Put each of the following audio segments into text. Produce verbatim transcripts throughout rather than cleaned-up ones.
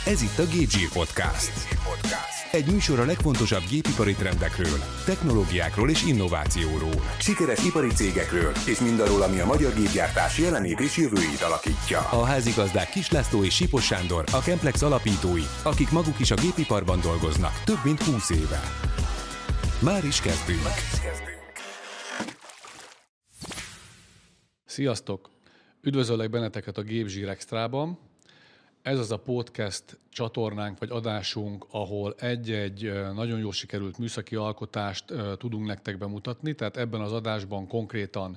Ez itt a Gépzsír Podcast. Egy műsor a legfontosabb gépipari trendekről, technológiákról és innovációról, sikeres ipari cégekről és mindarról, ami a magyar gépgyártás jelenét és jövőjét alakítja. A házigazdák Kis László és Sipos Sándor, a Chemplex alapítói, akik maguk is a gépiparban dolgoznak több mint húsz éve. Már is kezdünk. Sziasztok! Üdvözöllek benneteket a Gépzsír Extrában. Ez az a podcast csatornánk vagy adásunk, ahol egy-egy nagyon jól sikerült műszaki alkotást tudunk nektek bemutatni, tehát ebben az adásban konkrétan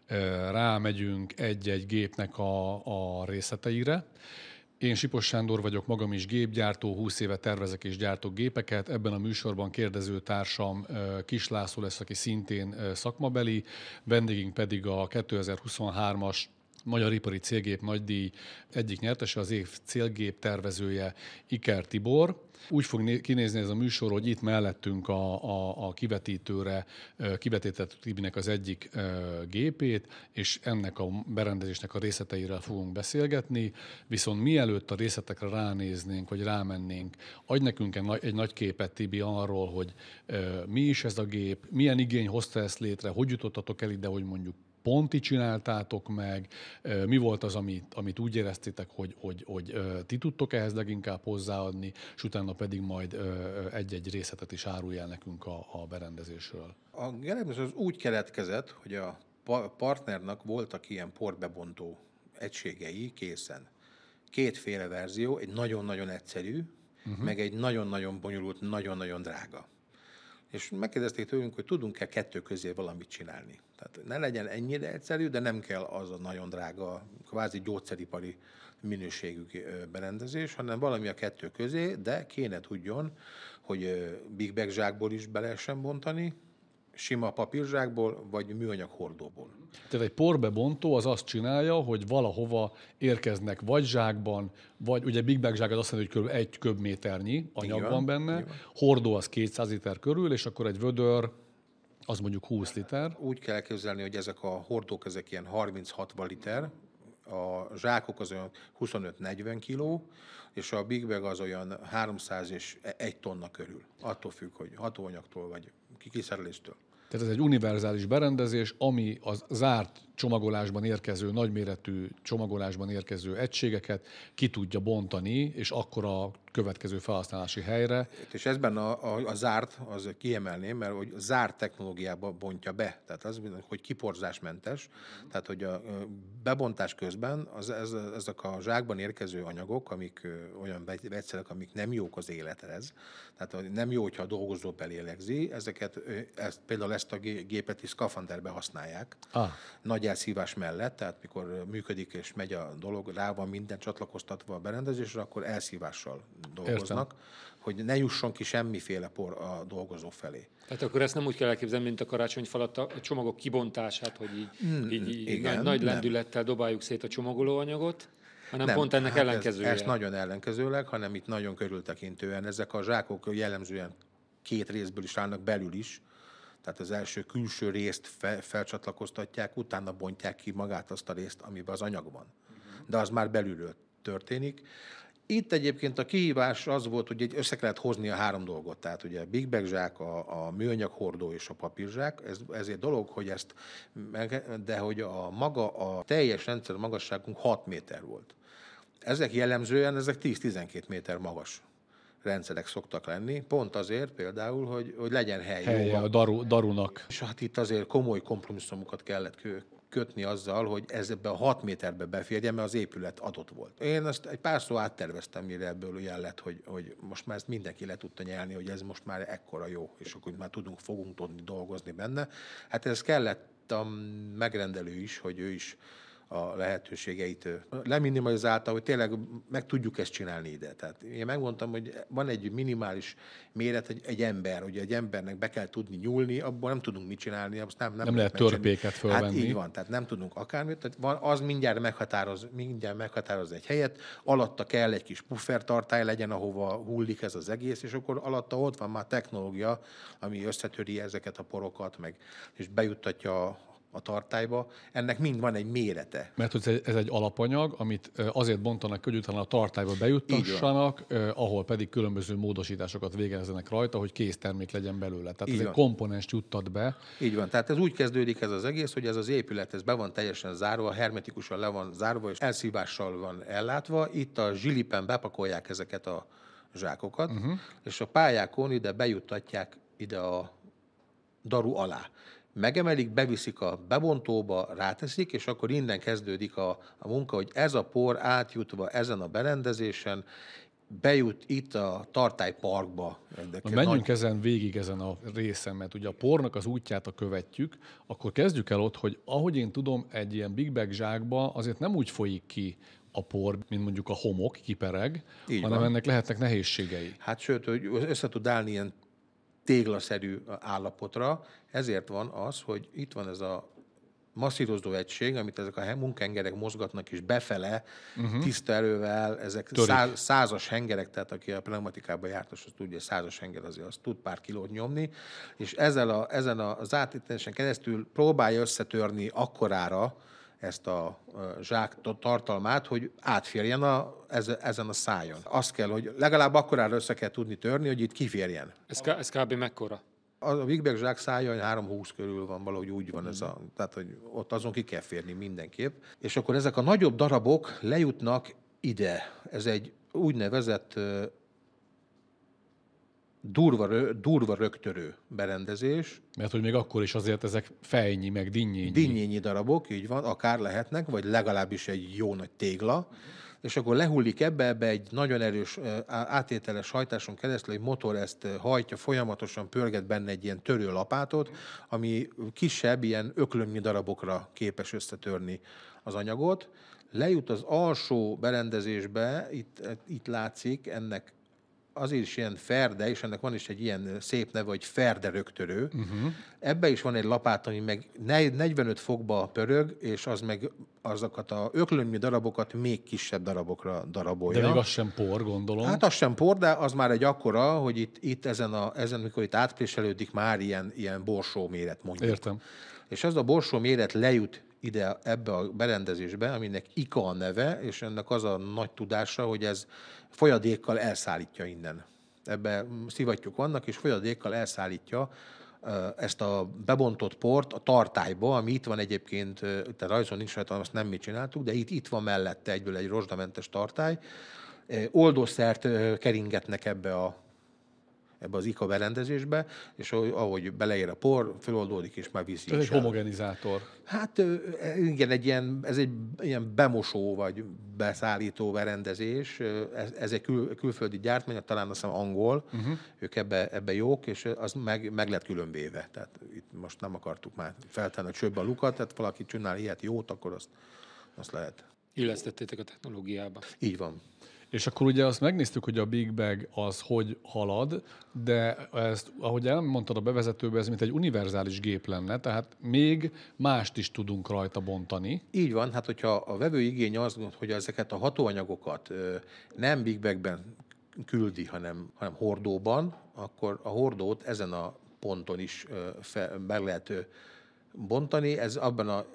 rámegyünk egy-egy gépnek a, a részleteire. Én Sipos Sándor vagyok, magam is gépgyártó, húsz éve tervezek és gyártok gépeket. Ebben a műsorban kérdezőtársam Kis László lesz, aki szintén szakmabeli, vendégünk pedig a kétezer-huszonhármas Magyar Ipari Célgép Nagydíj egyik nyertese, az év célgép tervezője Iker Tibor. Úgy fog kinézni ez a műsor, hogy itt mellettünk a, a, a kivetítőre kivetített Tibinek az egyik gépét, és ennek a berendezésnek a részleteiről fogunk beszélgetni. Viszont mielőtt a részletekre ránéznénk, vagy rámennénk, adj nekünk egy, egy nagy képet, Tibi, arról, hogy mi is ez a gép, milyen igény hozta ezt létre, hogy jutottatok el ide, hogy mondjuk pont ti csináltátok meg, mi volt az, amit, amit úgy éreztétek, hogy, hogy, hogy ti tudtok ehhez leginkább hozzáadni, és utána pedig majd egy-egy részletet is árulj el nekünk a, a berendezésről. A berendezés az úgy keletkezett, hogy a partnernak voltak ilyen portbebontó egységei készen. Kétféle verzió, egy nagyon-nagyon egyszerű, uh-huh. meg egy nagyon-nagyon bonyolult, nagyon-nagyon drága. És megkérdezték tőlünk, hogy tudunk-e kettő közé valamit csinálni. Tehát ne legyen ennyire egyszerű, de nem kell az a nagyon drága, kvázi gyógyszeripari minőségű berendezés, hanem valami a kettő közé, de kéne tudjon, hogy big bag zsákból is be lehessen bontani, sima papírzsákból, vagy műanyag hordóból. Tehát egy porbebontó az azt csinálja, hogy valahova érkeznek vagy zsákban, vagy ugye big bag zsák az azt mondja, hogy kb. egy köbméternyi anyag van, van benne, hordó az kétszáz liter körül, és akkor egy vödör az mondjuk húsz liter. Úgy kell elképzelni, hogy ezek a hordók, ezek ilyen harminc-hatvan liter, a zsákok az olyan huszonöt-negyven kiló, és a big bag az olyan háromszáz és egy tonna körül. Attól függ, hogy hatóanyagtól vagy kiszereléstől. Tehát ez egy univerzális berendezés, ami az zárt csomagolásban érkező, nagyméretű csomagolásban érkező egységeket ki tudja bontani, és akkor a következő felhasználási helyre. És ezben a, a, a zárt, az kiemelném, mert hogy zárt technológiába bontja be. Tehát az, hogy kiporzásmentes, tehát hogy a bebontás közben az, ez, ezek a zsákban érkező anyagok, amik olyan vegyszerek, amik nem jók az élethez, tehát nem jó, hogyha a dolgozó belélegzi, ezeket, ezt, például ezt a gépet is szkafanderbe használják. Ah. Nagy elszívás mellett, tehát mikor működik és megy a dolog, rá van minden csatlakoztatva a berendezésre, akkor elszívással dolgoznak, Értem. hogy ne jusson ki semmiféle por a dolgozó felé. Tehát akkor ezt nem úgy kell elképzelni, mint a karácsonyfa alatt a csomagok kibontását, hogy így, hmm, így, így igen, nagy lendülettel dobáljuk szét a csomagolóanyagot, hanem nem, pont ennek hát ellenkezője. Ez, ez nagyon ellenkezőleg, hanem itt nagyon körültekintően. Ezek a zsákok jellemzően két részből is állnak, belül is. Tehát az első külső részt fe, felcsatlakoztatják, utána bontják ki magát azt a részt, amiben az anyag van. De az már belülről történik. Itt egyébként a kihívás az volt, hogy össze kellett hozni a három dolgot. Tehát ugye a big bag zsák, a, a műanyag hordó és a papírzsák. Ez, ez egy dolog, hogy ezt, de hogy a maga, a teljes rendszer magasságunk hat méter volt. Ezek jellemzően, ezek tíz-tizenkét méter magas rendszerek szoktak lenni, pont azért például, hogy, hogy legyen hely. Helye a daru, darunak. És hát itt azért komoly kompromisszumokat kellett kötni azzal, hogy ez ebbe a hat méterbe beférjen, mert az épület adott volt. Én ezt egy pár szó átterveztem, mire ebből olyan lett, hogy, hogy most már ezt mindenki le tudta nyelni, hogy ez most már ekkora jó, és akkor már tudunk, fogunk tudni dolgozni benne. Hát ez kellett a megrendelő is, hogy ő is a lehetőségeit leminimalizálta, hogy tényleg meg tudjuk ezt csinálni ide. Tehát én megmondtam, hogy van egy minimális méret, egy, egy ember, hogy egy embernek be kell tudni nyúlni, abból nem tudunk mit csinálni, azt nem, nem, nem lehet törpéket fölvenni. Hát így van, tehát nem tudunk akármit, tehát van, az mindjárt meghatároz, mindjárt meghatároz egy helyet, alatta kell egy kis puffertartály legyen, ahova hullik ez az egész, és akkor alatta ott van már technológia, ami összetöri ezeket a porokat, meg, és bejuttatja a a tartályba, ennek mind van egy mérete. Mert hogy ez egy alapanyag, amit azért bontanak, hogy utána a tartályba bejuttassanak, ahol pedig különböző módosításokat végezzenek rajta, hogy késztermék legyen belőle. Tehát így ez van. Egy komponenst juttat be. Így van. Tehát ez úgy kezdődik ez az egész, hogy ez az épület ez be van teljesen zárva, hermetikusan le van zárva, és elszívással van ellátva. Itt a zsilipen bepakolják ezeket a zsákokat, uh-huh. és a pályákon ide bejuttatják ide a daru alá. Megemelik, beviszik a bebontóba, ráteszik, és akkor innen kezdődik a, a munka, hogy ez a por átjutva ezen a berendezésen bejut itt a tartályparkba. Na, menjünk nagy... ezen végig ezen a részen, mert ugye a pornak az útját a követjük, akkor kezdjük el ott, hogy ahogy én tudom, egy ilyen big bag zsákba azért nem úgy folyik ki a por, mint mondjuk a homok, kipereg, így hanem van. Ennek lehetnek nehézségei. Hát sőt, hogy össze tud állni ilyen téglaszerű állapotra, ezért van az, hogy itt van ez a masszírozó egység, amit ezek a munkahengerek mozgatnak, és befele, uh-huh. tiszta erővel, ezek száz, százas hengerek, tehát aki a pneumatikában jártas, az tudja, százas henger azért, az tud pár kilót nyomni, és ezzel a, ezen az átítésen keresztül próbálja összetörni akkorára ezt a zsák tartalmát, hogy átférjen a, ezen a szájon. Azt kell, hogy legalább akkorára össze kell tudni törni, hogy itt kiférjen. Ez, ez kb. Mekkora? A Big Bag zsák szája három húsz körül van, valahogy úgy van ez a, tehát hogy ott azon ki kell férni mindenképp. És akkor ezek a nagyobb darabok lejutnak ide. Ez egy úgynevezett uh, durva, durva rögtörő berendezés. Mert hogy még akkor is azért ezek fejnyi, meg dinnyényi. Dinnyényi darabok, így van, akár lehetnek, vagy legalábbis egy jó nagy tégla. És akkor lehullik ebbe, ebbe egy nagyon erős átételes hajtáson keresztül, egy motor ezt hajtja, folyamatosan pörget benne egy ilyen törőlapátot, ami kisebb, ilyen öklömnyi darabokra képes összetörni az anyagot. Lejut az alsó berendezésbe, itt, itt látszik, ennek azért is ilyen ferde, és ennek van is egy ilyen szép neve, hogy ferde rögtörő. Uh-huh. Ebbe is van egy lapát, ami meg negyvenöt fokba pörög, és az meg azokat a öklömnyi darabokat még kisebb darabokra darabolja. De még az sem por, gondolom. Hát az sem por, de az már egy akkora, hogy itt, itt ezen, a, ezen, mikor itt átpréselődik, már ilyen, ilyen borsó méret mondjuk. Értem. És ez a borsó méret lejut ide ebbe a berendezésbe, aminek IKA a neve, és ennek az a nagy tudása, hogy ez folyadékkal elszállítja innen. Ebbe szivattyúk vannak, és folyadékkal elszállítja ezt a bebontott port a tartályba, ami itt van egyébként, itt a rajzon nincs rajta, azt nem mi csináltuk, de itt, itt van mellette egyből egy rozsdamentes tartály. Oldószert keringetnek ebbe a ebbe az IKA berendezésbe, és ahogy beleér a por, feloldódik, és már viszi. Ez egy homogenizátor. Hát igen, egy ilyen, ez egy ilyen bemosó vagy beszállító berendezés. Ez, ez egy kül, külföldi gyártmány, talán azt hiszem angol, uh-huh. ők ebbe, ebbe jók, és az meg, meg lett különvéve. Tehát itt most nem akartuk már feltenni a csőbe a lukat, tehát valaki csinál ilyet jót, akkor azt, azt lehet. Illesztettétek a technológiába. Így van. És akkor ugye azt megnéztük, hogy a Big Bag az hogy halad, de ezt, ahogy elmondtad a bevezetőben, ez mint egy univerzális gép lenne, tehát még mást is tudunk rajta bontani. Így van, hát hogyha a vevő igény az, hogy ezeket a hatóanyagokat nem Big Bagben küldi, hanem, hanem hordóban, akkor a hordót ezen a ponton is meg lehet bontani. Ez abban a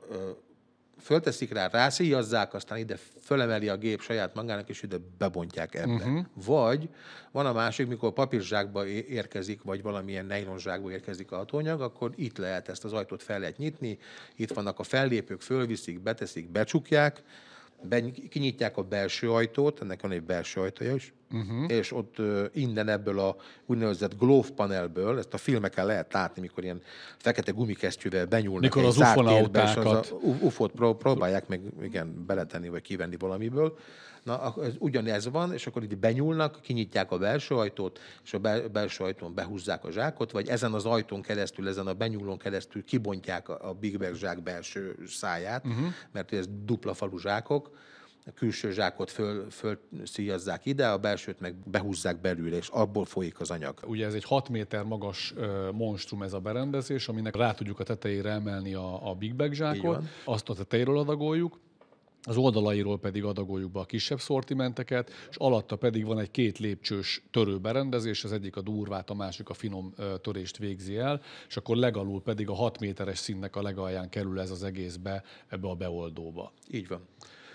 fölteszik rá, rászíjazzák, aztán ide fölemeli a gép saját magának, és ide bebontják ebbe. Uh-huh. Vagy van a másik, mikor papírzsákba érkezik, vagy valamilyen nejlonzsákba érkezik a hatóanyag, akkor itt lehet ezt az ajtót fel lehet nyitni, itt vannak a fellépők, fölviszik, beteszik, becsukják, kinyitják a belső ajtót, ennek van egy belső ajtaja is, uh-huh. és ott uh, innen ebből a úgynevezett glove panelből, ezt a filmeken lehet látni, mikor ilyen fekete gumikesztyűvel benyúlnak mikor egy az zárt térbe, és az a ufót pró- próbálják meg igen, beletenni, vagy kivenni valamiből. Na, ez ugyanez van, és akkor itt benyúlnak, kinyitják a belső ajtót, és a bel- belső ajtón behúzzák a zsákot, vagy ezen az ajtón keresztül, ezen a benyúlón keresztül kibontják a, a Big Bag zsák belső száját, uh-huh. mert ez dupla falu zsákok, a külső zsákot föl, fölszíjazzák ide, a belsőt meg behúzzák belül, és abból folyik az anyag. Ugye ez egy hat méter magas uh, monstrum ez a berendezés, aminek rá tudjuk a tetejére emelni a, a Big Bag zsákot, azt a tetejéről adagoljuk, az oldalairól pedig adagoljuk be a kisebb szortimenteket, és alatta pedig van egy két lépcsős törőberendezés, az egyik a durvát, a másik a finom törést végzi el, és akkor legalul pedig a hat méteres színnek a legalján kerül ez az egészbe, ebbe a beoldóba. Így van.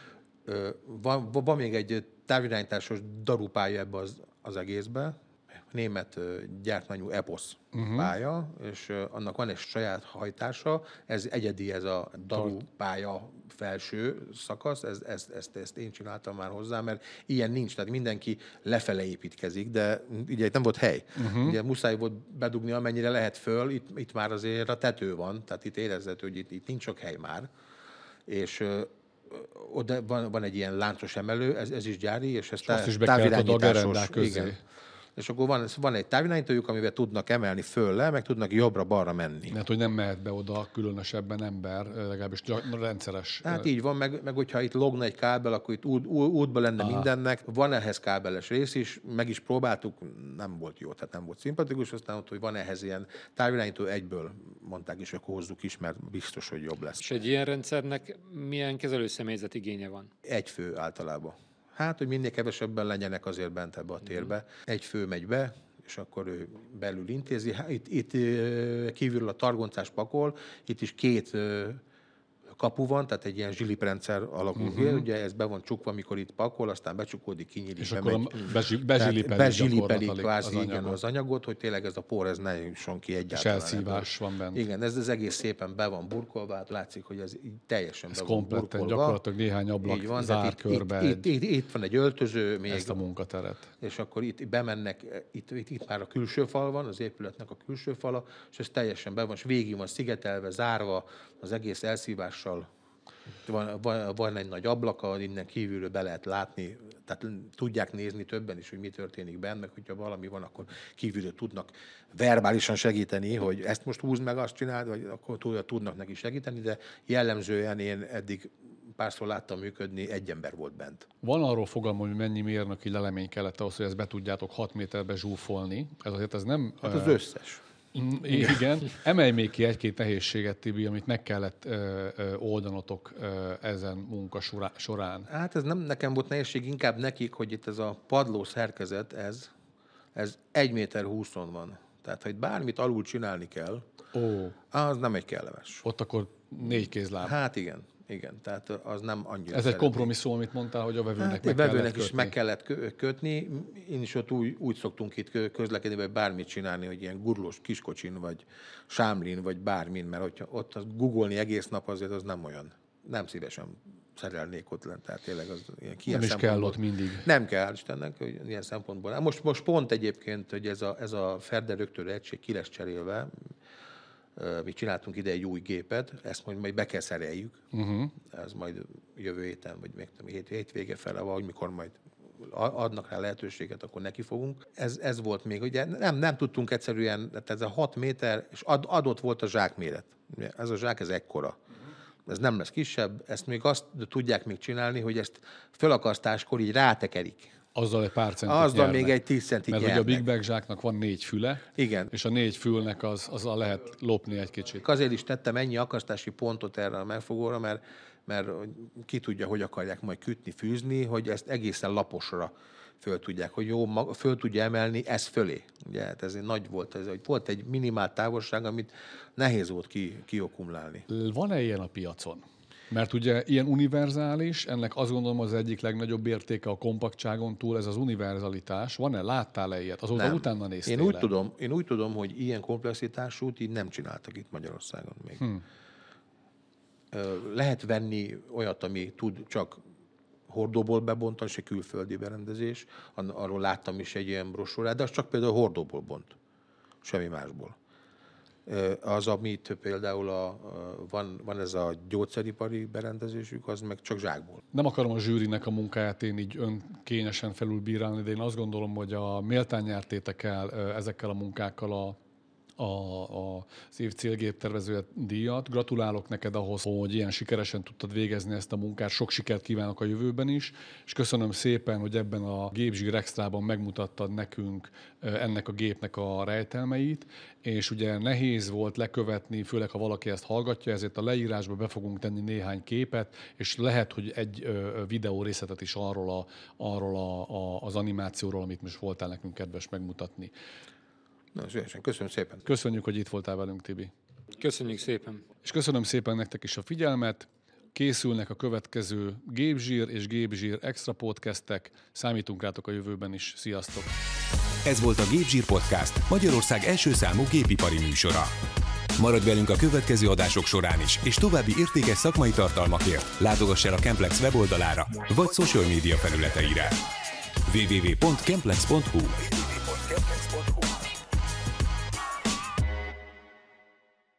Van, van még egy távirányításos darupálya ebbe az, az egészbe, német gyártmányú Epos uh-huh. pálya, és annak van egy saját hajtása, ez egyedi, ez a darupálya felső szakasz, ez, ezt, ezt, ezt én csináltam már hozzá, mert ilyen nincs, tehát mindenki lefele építkezik, de ugye nem volt hely. Uh-huh. Ugye muszáj volt bedugni, amennyire lehet föl, itt, itt már azért a tető van, tehát itt érezhető, hogy itt, itt nincs sok hely már, és oda van, van egy ilyen láncos emelő, ez, ez is gyári, és ez tá- távirányításos. Igen. És akkor van, van egy távirányítójuk, amivel tudnak emelni föl-le, meg tudnak jobbra-balra menni. Hát, hogy nem mehet be oda különösebben ember, legalábbis rendszeres. Hát így van, meg, meg hogyha itt logna egy kábel, akkor itt út, útba lenne Aha. mindennek. Van ehhez kábeles rész is, meg is próbáltuk, nem volt jó, tehát nem volt szimpatikus, aztán ott, hogy van ehhez ilyen távirányító, egyből mondták is, akkor hozzuk is, mert biztos, hogy jobb lesz. És egy ilyen rendszernek milyen kezelőszemélyzet igénye van? Egy fő általában. Hát, hogy minél kevesebben legyenek azért bent ebbe a térbe. Egy fő megy be, és akkor ő belül intézi. Hát itt, itt kívül a targoncás pakol, itt is két kapu van, tehát egy ilyen zsiliprendszer alakul ki. Uh-huh. Ugye ez be van csukva, amikor itt pakol, aztán becsukódik, kinyílik, és bemegy. akkor bezsilipelik, bezsilipelik kvázi az, igen, az anyagot, hogy tényleg ez a por, ez ne jusson ki egyáltalán. És elszívás van bent. Igen, ez az egész szépen be van burkolva, hát látszik, hogy ez így teljesen ez be van burkolva. kompletten, gyakorlatilag néhány ablak van, zár itt, körbe. Itt, itt, itt, itt van egy öltöző még. Ezt a munkateret. És akkor itt bemennek, itt, itt, itt már a külső fal van, az épületnek a külső fala, és ez teljesen be van, és végig van szigetelve, zárva, az egész elszívással. Van, van, van egy nagy ablaka, innen kívülről be lehet látni, tehát tudják nézni többen is, hogy mi történik benne, meg hogyha valami van, akkor kívülről tudnak verbálisan segíteni, hogy ezt most húzd meg, azt csináld, vagy akkor tudnak neki segíteni, de jellemzően én eddig párszor láttam működni, egy ember volt bent. Van arról fogalmam, hogy mennyi mérnöki lelemény kellett ahhoz, hogy ezt be tudjátok hat méterbe zsúfolni. Ez azért ez nem... Hát az összes. Igen. Emelj még ki egy-két nehézséget, Tibi, amit meg kellett ö, ö, oldanotok ö, ezen munka során. Hát ez nem nekem volt nehézség, inkább nekik, hogy itt ez a padló szerkezet, ez, ez egy méter húszon van. Tehát, ha itt bármit alul csinálni kell, Ó. az nem egy kellemes. Ott akkor négy kézláb. Hát igen. Igen, tehát az nem annyira. Ez egy kompromisszum, amit mondtál, hogy a vevőnek hát, meg a vevőnek kellett is meg kellett kötni. Én is ott úgy, úgy szoktunk itt közlekedni, vagy bármit csinálni, hogy ilyen gurulós kiskocsin, vagy sámlin, vagy bármin, mert hogyha ott az googolni egész nap, azért az nem olyan. Nem szívesen szerelnék ott lent, tehát tényleg az ilyen nem is kell ott mindig. Nem kell, Istennek, hogy ilyen szempontból. Most, most pont egyébként, hogy ez a, ez a Ferde rögtörő egység ki lesz cserélve, mi csináltunk ide egy új gépet, ezt majd, majd be kell szereljük. Uh-huh. Ez majd jövő héten, vagy még tudom, hét, hétvége fele, vagy mikor majd adnak rá lehetőséget, akkor neki fogunk. Ez, ez volt még, ugye nem, nem tudtunk egyszerűen, tehát ez a hat méter, és ad, adott volt a zsákméret. Ez a zsák, ez ekkora. Ez nem lesz kisebb, ezt még azt tudják még csinálni, hogy ezt fölakasztáskor így rátekerik. Azzal egy pár centit Azzal nyernek. még egy tíz centit Mert nyernek. hogy a Big Bag zsáknak van négy füle, igen. És a négy fülnek az, azzal lehet lopni egy kicsit. Azért is tettem ennyi akasztási pontot erre a megfogóra, mert, mert ki tudja, hogy akarják majd kütni, fűzni, hogy ezt egészen laposra föl tudják, hogy jó, föl tudja emelni ez fölé. Ugye, hát ez egy nagy volt, ez, hogy volt egy minimál távolság, amit nehéz volt ki, kiokumlálni. Van-e ilyen a piacon? Mert ugye ilyen univerzális, ennek azt gondolom az egyik legnagyobb értéke a kompaktságon túl, ez az univerzalitás. Van-e? Láttál-e ilyet? Azóta nem. Utána néztél én úgy, tudom, én úgy tudom, hogy ilyen komplexitásút így nem csináltak itt Magyarországon még. Hmm. Lehet venni olyat, ami tud csak hordóból bebontani, és egy külföldi berendezés. Arról láttam is egy ilyen brosúrát, de az csak például hordóból bont. Semmi másból. Az, amit például a, van, van ez a gyógyszeripari berendezésük, az meg csak zsákból. Nem akarom a zsűrinek a munkáját én így önkényesen felülbírálni, de én azt gondolom, hogy a méltán nyertétek el ezekkel a munkákkal a, a, a, az év célgéptervezője díjat. Gratulálok neked ahhoz, hogy ilyen sikeresen tudtad végezni ezt a munkát. Sok sikert kívánok a jövőben is, és köszönöm szépen, hogy ebben a Gépzsír Extrában megmutattad nekünk ennek a gépnek a rejtelmeit, és ugye nehéz volt lekövetni, főleg ha valaki ezt hallgatja, ezért a leírásba be fogunk tenni néhány képet, és lehet, hogy egy videó részletet is arról, a, arról a, a, az animációról, amit most voltál nekünk kedves megmutatni. Na, szívesen. Köszönöm szépen. Köszönjük, hogy itt voltál velünk, Tibi. Köszönjük szépen. És köszönöm szépen nektek is a figyelmet. Készülnek a következő Gépzsír és Gépzsír Extra podcastek. Számítunk rátok a jövőben is. Sziasztok! Ez volt a Gépzsír Podcast, Magyarország első számú gépipari műsora. Maradj velünk a következő adások során is, és további értékes szakmai tartalmakért látogass el a Chemplex weboldalára, vagy social média felületeire. double-u double-u double-u pont chemplex pont hu